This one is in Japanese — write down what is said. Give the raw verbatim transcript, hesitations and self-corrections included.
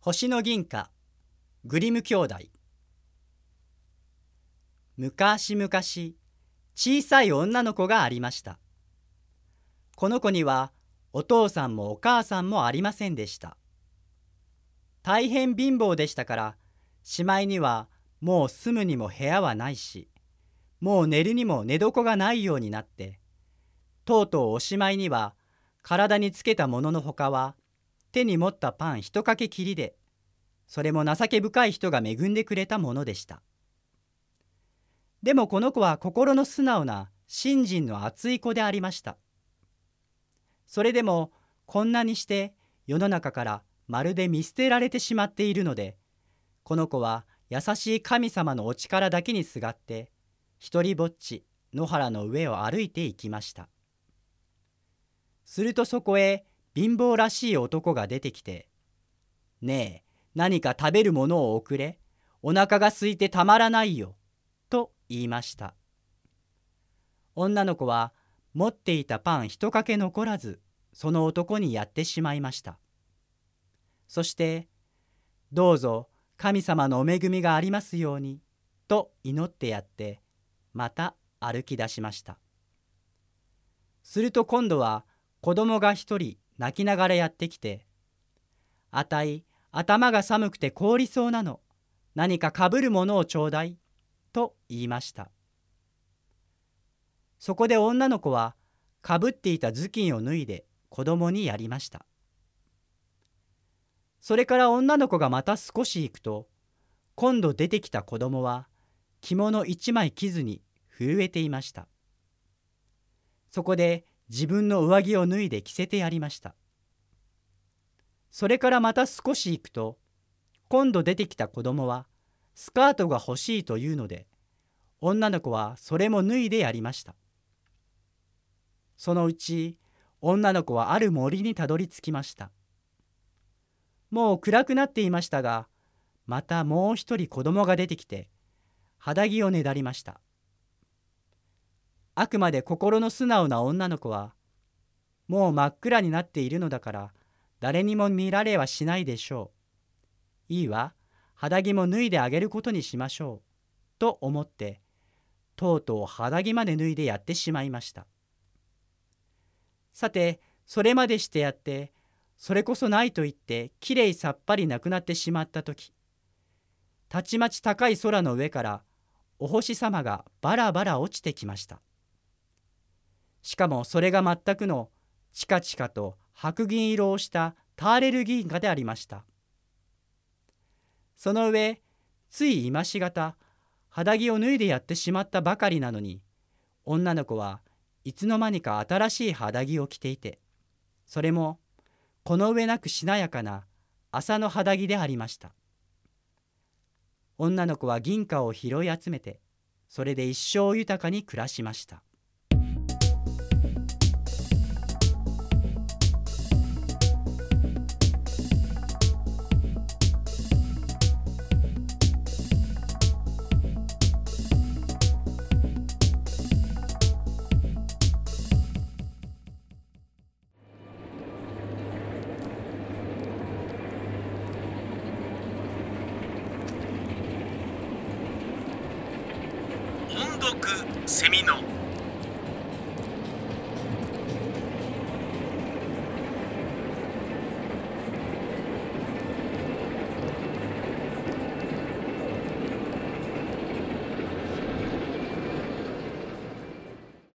星の銀貨、グリム兄弟。むかしむかし、小さい女の子がありました。この子にはお父さんもお母さんもありませんでした。大変貧乏でしたから、しまいにはもう住むにも部屋はないし、もう寝るにも寝床がないようになって、とうとうおしまいには体につけたもののほかは、手に持ったパン一かけきりで、それも情け深い人が恵んでくれたものでした。でもこの子は心の素直な信心の厚い子でありました。それでもこんなにして世の中からまるで見捨てられてしまっているので、この子は優しい神様のお力だけにすがって、一りぼっち野原の上を歩いていきました。するとそこへ貧乏らしい男が出てきて、ねえ、何か食べるものをおくれ、お腹が空いてたまらないよ、と言いました。女の子は持っていたパン一かけ残らず、その男にやってしまいました。そして、どうぞ神様のお恵みがありますように、と祈ってやって、また歩き出しました。すると今度は子供が一人泣きながらやってきて、あたい、頭が寒くて凍りそうなの。何かかぶるものをちょうだい。と言いました。そこで女の子はかぶっていた頭巾を脱いで子供にやりました。それから女の子がまた少し行くと、今度出てきた子供は着物一枚着ずに震えていました。そこで自分の上着を脱いで着せてやりました。それからまた少し行くと、今度出てきた子供はスカートが欲しいというので、女の子はそれも脱いでやりました。そのうち女の子はある森にたどり着きました。もう暗くなっていましたが、またもう一人子供が出てきて、肌着をねだりました。あくまで心の素直な女の子は、もう真っ暗になっているのだから、誰にも見られはしないでしょう。いいわ、肌着も脱いであげることにしましょう。と思って、とうとう肌着まで脱いでやってしまいました。さて、それまでしてやって、それこそないと言って、きれいさっぱりなくなってしまったとき、たちまち高い空の上から、お星様がバラバラ落ちてきました。しかもそれが全くのチカチカと白銀色をしたターレル銀貨でありました。その上、つい今しがた肌着を脱いでやってしまったばかりなのに、女の子はいつの間にか新しい肌着を着ていて、それもこの上なくしなやかな麻の肌着でありました。女の子は銀貨を拾い集めて、それで一生豊かに暮らしました。 音読セミの